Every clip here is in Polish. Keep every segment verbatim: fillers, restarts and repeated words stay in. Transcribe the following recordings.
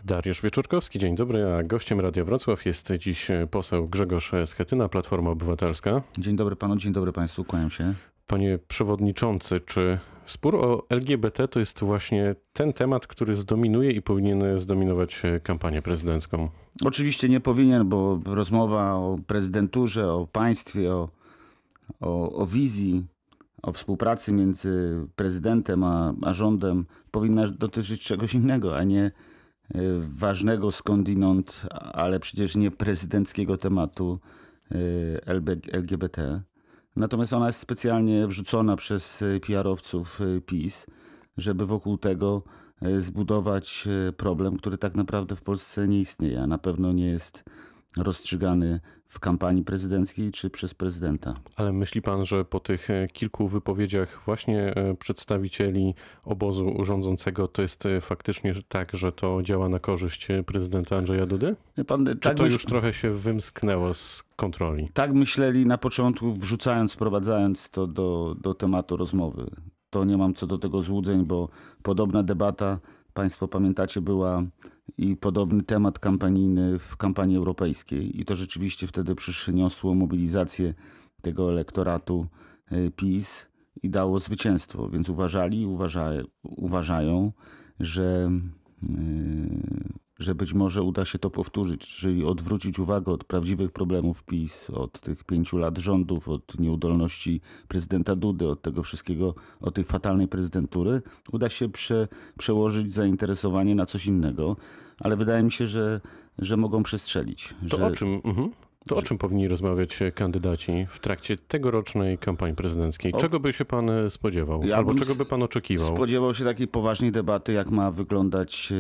Dariusz Wieczorkowski, dzień dobry, a gościem Radia Wrocław jest dziś poseł Grzegorz Schetyna, Platforma Obywatelska. Dzień dobry panu, dzień dobry państwu, kłaniam się. Panie przewodniczący, czy spór o L G B T to jest właśnie ten temat, który zdominuje i powinien zdominować kampanię prezydencką? Oczywiście nie powinien, bo rozmowa o prezydenturze, o państwie, o, o, o wizji, o współpracy między prezydentem a, a rządem powinna dotyczyć czegoś innego, a nie ważnego skądinąd, ale przecież nie prezydenckiego tematu L G B T. Natomiast ona jest specjalnie wrzucona przez P R-owców PiS, żeby wokół tego zbudować problem, który tak naprawdę w Polsce nie istnieje, a na pewno nie jest rozstrzygany w kampanii prezydenckiej czy przez prezydenta. Ale myśli pan, że po tych kilku wypowiedziach właśnie przedstawicieli obozu rządzącego to jest faktycznie tak, że to działa na korzyść prezydenta Andrzeja Dudy? Pan, czy tak to myśl... już trochę się wymsknęło z kontroli? Tak myśleli na początku, wrzucając, wprowadzając to do, do tematu rozmowy. To nie mam co do tego złudzeń, bo podobna debata, państwo pamiętacie, była i podobny temat kampanijny w kampanii europejskiej. I to rzeczywiście wtedy przyniosło mobilizację tego elektoratu PiS i dało zwycięstwo. Więc uważali, uważa, uważają, że, że być może uda się to powtórzyć, czyli odwrócić uwagę od prawdziwych problemów PiS, od tych pięciu lat rządów, od nieudolności prezydenta Dudy, od tego wszystkiego, od tej fatalnej prezydentury. Uda się prze, przełożyć zainteresowanie na coś innego, ale wydaje mi się, że, że mogą przestrzelić. To że... o czym... Mhm. To o czym powinni rozmawiać kandydaci w trakcie tegorocznej kampanii prezydenckiej? Czego by się pan spodziewał? Ja Albo czego by pan oczekiwał? Spodziewał się takiej poważnej debaty, jak ma wyglądać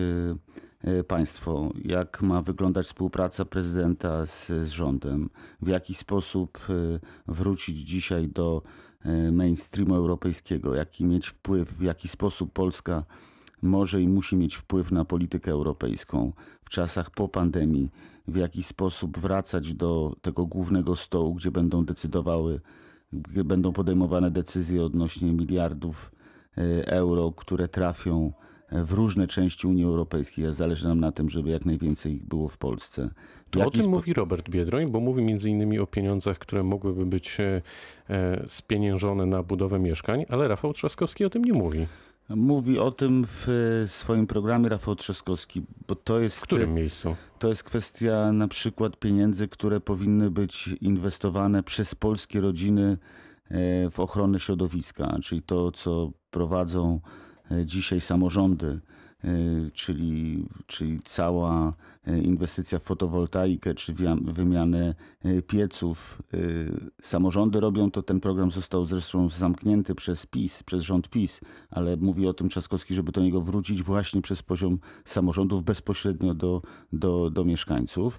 państwo, jak ma wyglądać współpraca prezydenta z, z rządem, w jaki sposób wrócić dzisiaj do mainstreamu europejskiego, jaki mieć wpływ, w jaki sposób Polska może i musi mieć wpływ na politykę europejską w czasach po pandemii, w jaki sposób wracać do tego głównego stołu, gdzie będą decydowały, gdzie będą podejmowane decyzje odnośnie miliardów euro, które trafią w różne części Unii Europejskiej, a zależy nam na tym, żeby jak najwięcej ich było w Polsce. To o tym mówi Robert Biedroń, bo mówi między innymi o pieniądzach, które mogłyby być spieniężone na budowę mieszkań, ale Rafał Trzaskowski o tym nie mówi. Mówi o tym w swoim programie Rafał Trzaskowski, bo to jest... W którym miejscu? To jest kwestia na przykład pieniędzy, które powinny być inwestowane przez polskie rodziny w ochronę środowiska, czyli to, co prowadzą dzisiaj samorządy, czyli, czyli cała inwestycja w fotowoltaikę, czy wymianę pieców. Samorządy robią to, ten program został zresztą zamknięty przez PiS, przez rząd PiS, ale mówi o tym Trzaskowski, żeby do niego wrócić właśnie przez poziom samorządów bezpośrednio do, do, do mieszkańców.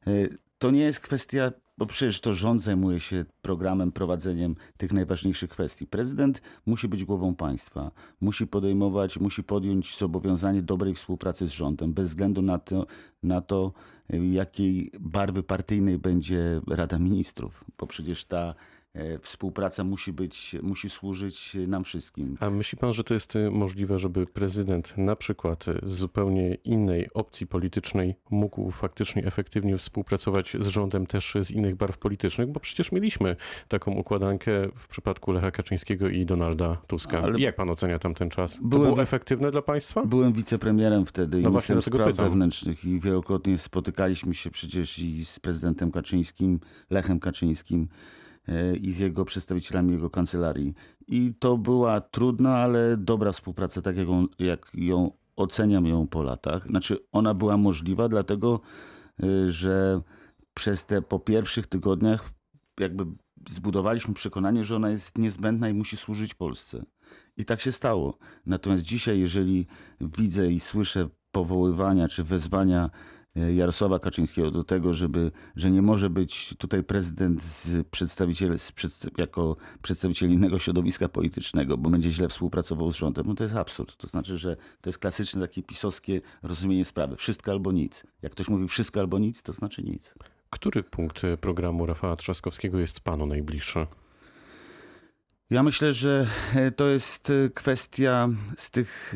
To nie jest kwestia, bo przecież to rząd zajmuje się programem, prowadzeniem tych najważniejszych kwestii. Prezydent musi być głową państwa, musi podejmować, musi podjąć zobowiązanie dobrej współpracy z rządem, bez względu na to, na to jakiej barwy partyjnej będzie Rada Ministrów, bo przecież ta współpraca musi być, musi służyć nam wszystkim. A myśli pan, że to jest możliwe, żeby prezydent na przykład z zupełnie innej opcji politycznej mógł faktycznie efektywnie współpracować z rządem też z innych barw politycznych? Bo przecież mieliśmy taką układankę w przypadku Lecha Kaczyńskiego i Donalda Tuska. Ale jak pan ocenia tamten czas? To było efektywne dla państwa? Byłem wicepremierem wtedy no i ministrem spraw pytam. wewnętrznych i wielokrotnie spotykaliśmy się przecież i z prezydentem Kaczyńskim, Lechem Kaczyńskim, i z jego przedstawicielami jego kancelarii. I to była trudna, ale dobra współpraca, tak jak, on, jak ją oceniam ją po latach. Znaczy ona była możliwa, dlatego że przez te po pierwszych tygodniach jakby zbudowaliśmy przekonanie, że ona jest niezbędna i musi służyć Polsce. I tak się stało. Natomiast dzisiaj, jeżeli widzę i słyszę powoływania czy wezwania Jarosława Kaczyńskiego do tego, żeby, że nie może być tutaj prezydent z przedstawiciel, z przedst- jako przedstawiciel innego środowiska politycznego, bo będzie źle współpracował z rządem, no to jest absurd. To znaczy, że to jest klasyczne takie pisowskie rozumienie sprawy. Wszystko albo nic. Jak ktoś mówi wszystko albo nic, to znaczy nic. Który punkt programu Rafała Trzaskowskiego jest panu najbliższy? Ja myślę, że to jest kwestia z tych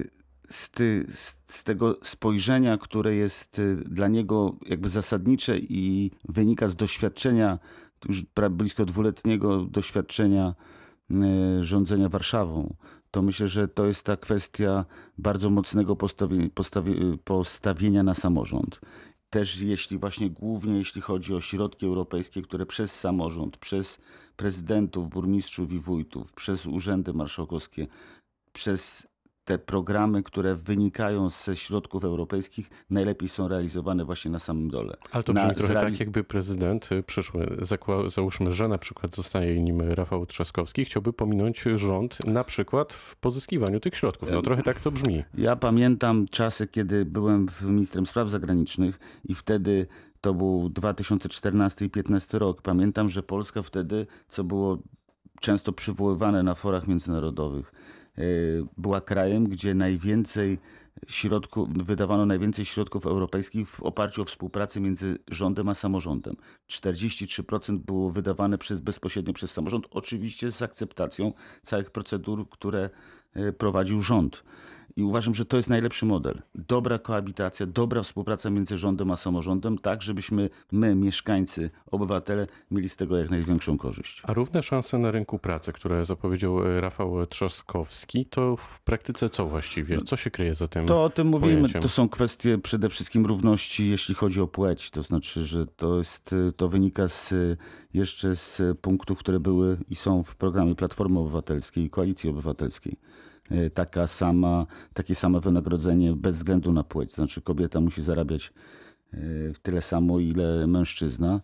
z, ty, z, z tego spojrzenia, które jest dla niego jakby zasadnicze i wynika z doświadczenia, już blisko dwuletniego doświadczenia rządzenia Warszawą, to myślę, że to jest ta kwestia bardzo mocnego postawi, postawi, postawienia na samorząd. Też jeśli właśnie głównie jeśli chodzi o środki europejskie, które przez samorząd, przez prezydentów, burmistrzów i wójtów, przez urzędy marszałkowskie, przez te programy, które wynikają ze środków europejskich, najlepiej są realizowane właśnie na samym dole. Ale to na, brzmi trochę zrealiz- tak, jakby prezydent przyszły, zakła- załóżmy, że na przykład zostaje nim Rafał Trzaskowski, chciałby pominąć rząd na przykład w pozyskiwaniu tych środków. No trochę tak to brzmi. Ja pamiętam czasy, kiedy byłem ministrem spraw zagranicznych i wtedy to był dwa tysiące czternasty i dwa tysiące piętnasty rok. Pamiętam, że Polska wtedy, co było często przywoływane na forach międzynarodowych, była krajem, gdzie najwięcej środków, wydawano najwięcej środków europejskich w oparciu o współpracę między rządem a samorządem. czterdzieści trzy procent było wydawane przez, bezpośrednio przez samorząd, oczywiście z akceptacją całych procedur, które prowadził rząd. I uważam, że to jest najlepszy model. Dobra koabitacja, dobra współpraca między rządem a samorządem, tak żebyśmy my, mieszkańcy, obywatele, mieli z tego jak największą korzyść. A równe szanse na rynku pracy, które zapowiedział Rafał Trzaskowski, to w praktyce co właściwie? Co się kryje za tym To o tym mówimy. pojęciem? To są kwestie przede wszystkim równości, jeśli chodzi o płeć. To znaczy, że to jest, to wynika z, jeszcze z punktów, które były i są w programie Platformy Obywatelskiej i Koalicji Obywatelskiej. Taka sama, takie samo wynagrodzenie bez względu na płeć. Znaczy kobieta musi zarabiać tyle samo, ile mężczyzna.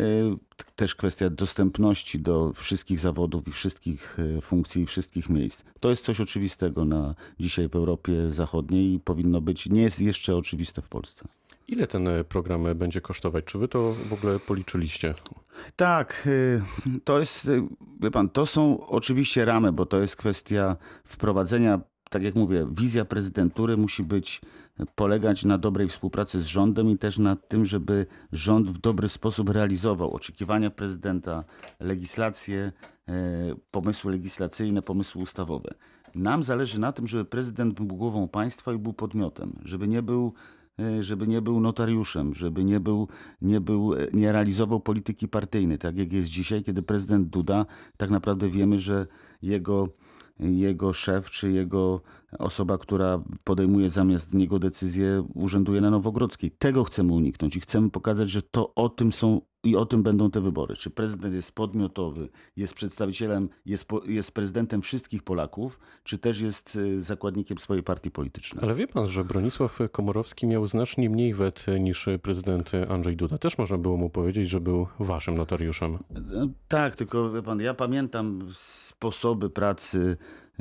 Też kwestia dostępności do wszystkich zawodów i wszystkich funkcji i wszystkich miejsc. To jest coś oczywistego na dzisiaj w Europie Zachodniej i powinno być, nie jest jeszcze oczywiste w Polsce. Ile ten program będzie kosztować? Czy wy to w ogóle policzyliście? Tak, to jest, wie pan, to są oczywiście ramy, bo to jest kwestia wprowadzenia, tak jak mówię, wizja prezydentury musi być, polegać na dobrej współpracy z rządem i też na tym, żeby rząd w dobry sposób realizował oczekiwania prezydenta, legislacje, pomysły legislacyjne, pomysły ustawowe. Nam zależy na tym, żeby prezydent był głową państwa i był podmiotem, żeby nie był żeby nie był notariuszem, żeby nie był, nie był, nie realizował polityki partyjnej, tak jak jest dzisiaj, kiedy prezydent Duda, tak naprawdę wiemy, że jego, jego szef, czy jego osoba, która podejmuje zamiast niego decyzje, urzęduje na Nowogrodzkiej. Tego chcemy uniknąć i chcemy pokazać, że to o tym są i o tym będą te wybory. Czy prezydent jest podmiotowy, jest przedstawicielem, jest, jest prezydentem wszystkich Polaków, czy też jest zakładnikiem swojej partii politycznej. Ale wie pan, że Bronisław Komorowski miał znacznie mniej wet niż prezydent Andrzej Duda. Też można było mu powiedzieć, że był waszym notariuszem. No, tak, tylko wie pan, ja pamiętam sposoby pracy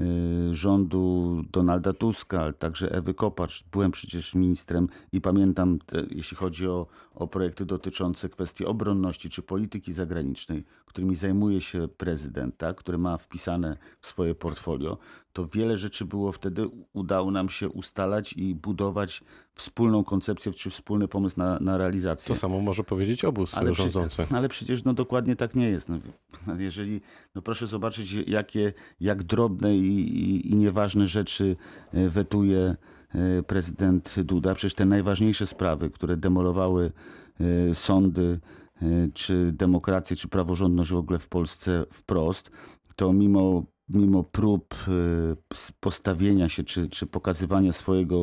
rządu Donalda Tuska, ale także Ewy Kopacz. Byłem przecież ministrem i pamiętam, te, jeśli chodzi o, o projekty dotyczące kwestii obronności czy polityki zagranicznej, którymi zajmuje się prezydent, tak, który ma wpisane w swoje portfolio, to wiele rzeczy było wtedy, udało nam się ustalać i budować wspólną koncepcję czy wspólny pomysł na, na realizację. To samo może powiedzieć obóz ale rządzący. Przy, ale przecież no, dokładnie tak nie jest. No, jeżeli, no proszę zobaczyć, jakie, jak drobne i, i, i nieważne rzeczy wetuje prezydent Duda. Przecież te najważniejsze sprawy, które demolowały sądy, czy demokrację, czy praworządność w ogóle w Polsce wprost, to mimo, mimo prób postawienia się, czy, czy pokazywania swojego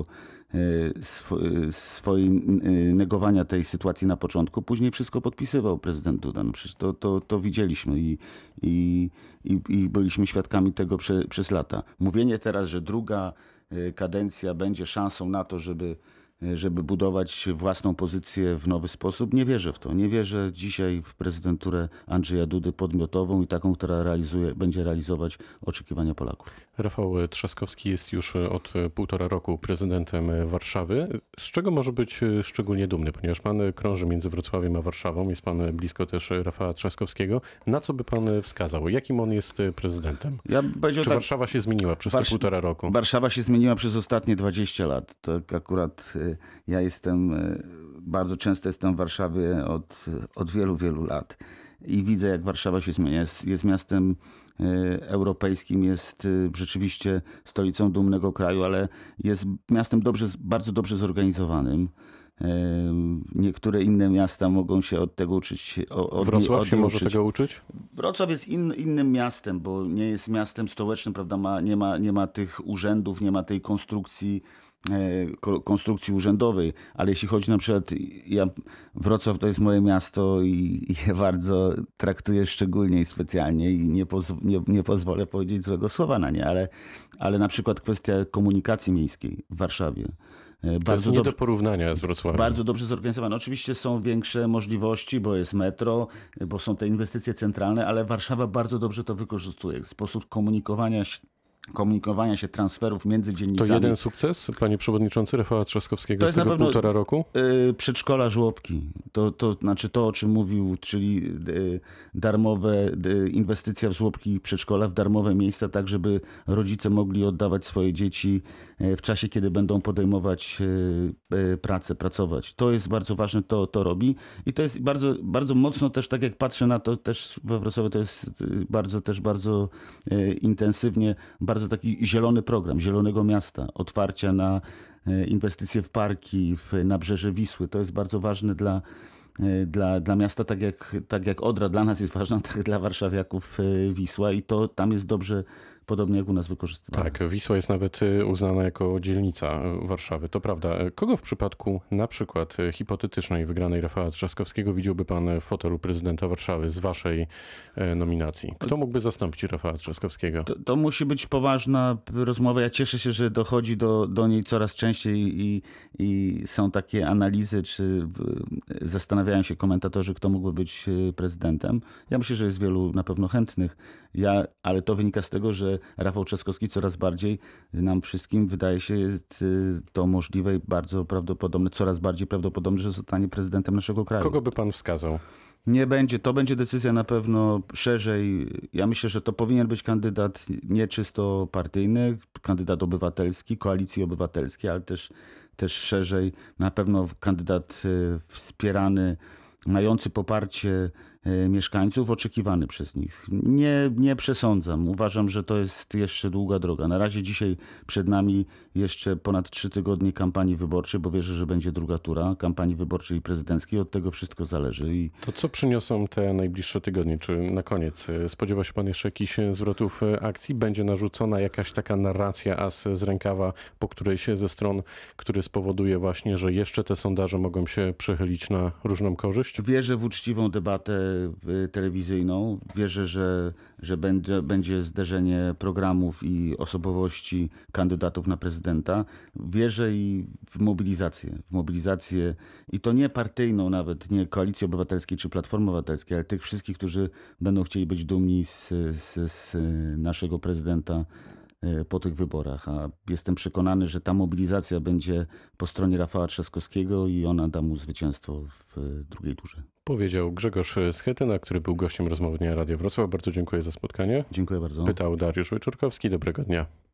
swojej negowania tej sytuacji na początku, później wszystko podpisywał prezydent Duda. No przecież to, to, to widzieliśmy i, i, i, i byliśmy świadkami tego prze, przez lata. Mówienie teraz, że druga kadencja będzie szansą na to, żeby żeby budować własną pozycję w nowy sposób. Nie wierzę w to. Nie wierzę dzisiaj w prezydenturę Andrzeja Dudy podmiotową i taką, która realizuje, będzie realizować oczekiwania Polaków. Rafał Trzaskowski jest już od półtora roku prezydentem Warszawy. Z czego może być szczególnie dumny? Ponieważ pan krąży między Wrocławiem a Warszawą, jest pan blisko też Rafała Trzaskowskiego. Na co by pan wskazał? Jakim on jest prezydentem? Ja Czy tak, Warszawa się zmieniła przez Warsz- te półtora roku? Warszawa się zmieniła przez ostatnie dwadzieścia lat. Tak akurat ja jestem, bardzo często jestem w Warszawie od, od wielu, wielu lat. i widzę, jak Warszawa się zmienia. Jest, jest miastem europejskim, jest rzeczywiście stolicą dumnego kraju, ale jest miastem dobrze, bardzo dobrze zorganizowanym. Niektóre inne miasta mogą się od tego uczyć. Od Wrocław od się może uczyć. tego uczyć? Wrocław jest in, innym miastem, bo nie jest miastem stołecznym, prawda? Ma, nie, ma, nie ma tych urzędów, nie ma tej konstrukcji konstrukcji urzędowej, ale jeśli chodzi na przykład, ja, Wrocław to jest moje miasto i, i je bardzo traktuję szczególnie i specjalnie i nie, poz, nie, nie pozwolę powiedzieć złego słowa na nie, ale, ale na przykład kwestia komunikacji miejskiej w Warszawie. To bardzo jest nie dobrze, do porównania z Wrocławiem. Bardzo dobrze zorganizowane. Oczywiście są większe możliwości, bo jest metro, bo są te inwestycje centralne, ale Warszawa bardzo dobrze to wykorzystuje. Sposób komunikowania się komunikowania się, transferów między dzielnicami. To jeden sukces, panie przewodniczący, Rafała Trzaskowskiego z tego pewno, półtora roku? Yy, przedszkola, żłobki. To, to znaczy to, o czym mówił, czyli yy, darmowe yy, inwestycja w żłobki i przedszkola, w darmowe miejsca, tak żeby rodzice mogli oddawać swoje dzieci yy, w czasie, kiedy będą podejmować yy, yy, pracę, pracować. To jest bardzo ważne, to, to robi i to jest bardzo, bardzo mocno też, tak jak patrzę na to, też we Wrocławiu to jest yy, bardzo, też bardzo yy, intensywnie, bardzo Bardzo taki zielony program, Zielonego Miasta, otwarcia na inwestycje w parki, w nabrzeże Wisły. To jest bardzo ważne dla, dla, dla miasta, tak jak, tak jak Odra dla nas jest ważna, tak dla warszawiaków Wisła i to tam jest dobrze, podobnie jak u nas wykorzystywane. Tak, Wisła jest nawet uznana jako dzielnica Warszawy, to prawda. Kogo w przypadku na przykład hipotetycznej wygranej Rafała Trzaskowskiego widziałby pan w fotelu prezydenta Warszawy z waszej nominacji? Kto mógłby zastąpić Rafała Trzaskowskiego? To, to musi być poważna rozmowa. Ja cieszę się, że dochodzi do, do niej coraz częściej i, i są takie analizy, czy zastanawiają się komentatorzy, kto mógłby być prezydentem. Ja myślę, że jest wielu na pewno chętnych, ja, ale to wynika z tego, że Rafał Trzaskowski coraz bardziej nam wszystkim wydaje się jest to możliwe i bardzo prawdopodobne, coraz bardziej prawdopodobne, że zostanie prezydentem naszego kraju. Kogo by pan wskazał? Nie będzie, to będzie decyzja na pewno szerzej. Ja myślę, że to powinien być kandydat nie czysto partyjny, kandydat obywatelski, koalicji obywatelskiej, ale też, też szerzej. Na pewno kandydat wspierany, mający poparcie mieszkańców, oczekiwany przez nich. Nie, nie przesądzam. Uważam, że to jest jeszcze długa droga. Na razie dzisiaj przed nami jeszcze ponad trzy tygodnie kampanii wyborczej, bo wierzę, że będzie druga tura kampanii wyborczej i prezydenckiej. Od tego wszystko zależy. I... To co przyniosą te najbliższe tygodnie? Czy na koniec spodziewa się pan jeszcze jakichś zwrotów akcji? Będzie narzucona jakaś taka narracja as z rękawa, po której się ze stron, który spowoduje właśnie, że jeszcze te sondaże mogą się przechylić na różną korzyść? Wierzę w uczciwą debatę telewizyjną. Wierzę, że, że będzie, będzie zderzenie programów i osobowości kandydatów na prezydenta. Wierzę i w mobilizację. W mobilizację i to nie partyjną nawet, nie Koalicji Obywatelskiej czy Platformy Obywatelskiej, ale tych wszystkich, którzy będą chcieli być dumni z, z, z naszego prezydenta po tych wyborach. A jestem przekonany, że ta mobilizacja będzie po stronie Rafała Trzaskowskiego i ona da mu zwycięstwo w drugiej turze. Powiedział Grzegorz Schetyna, który był gościem rozmowy Dnia Radia Wrocław. Bardzo dziękuję za spotkanie. Dziękuję bardzo. Pytał Dariusz Wieczorkowski. Dobrego dnia.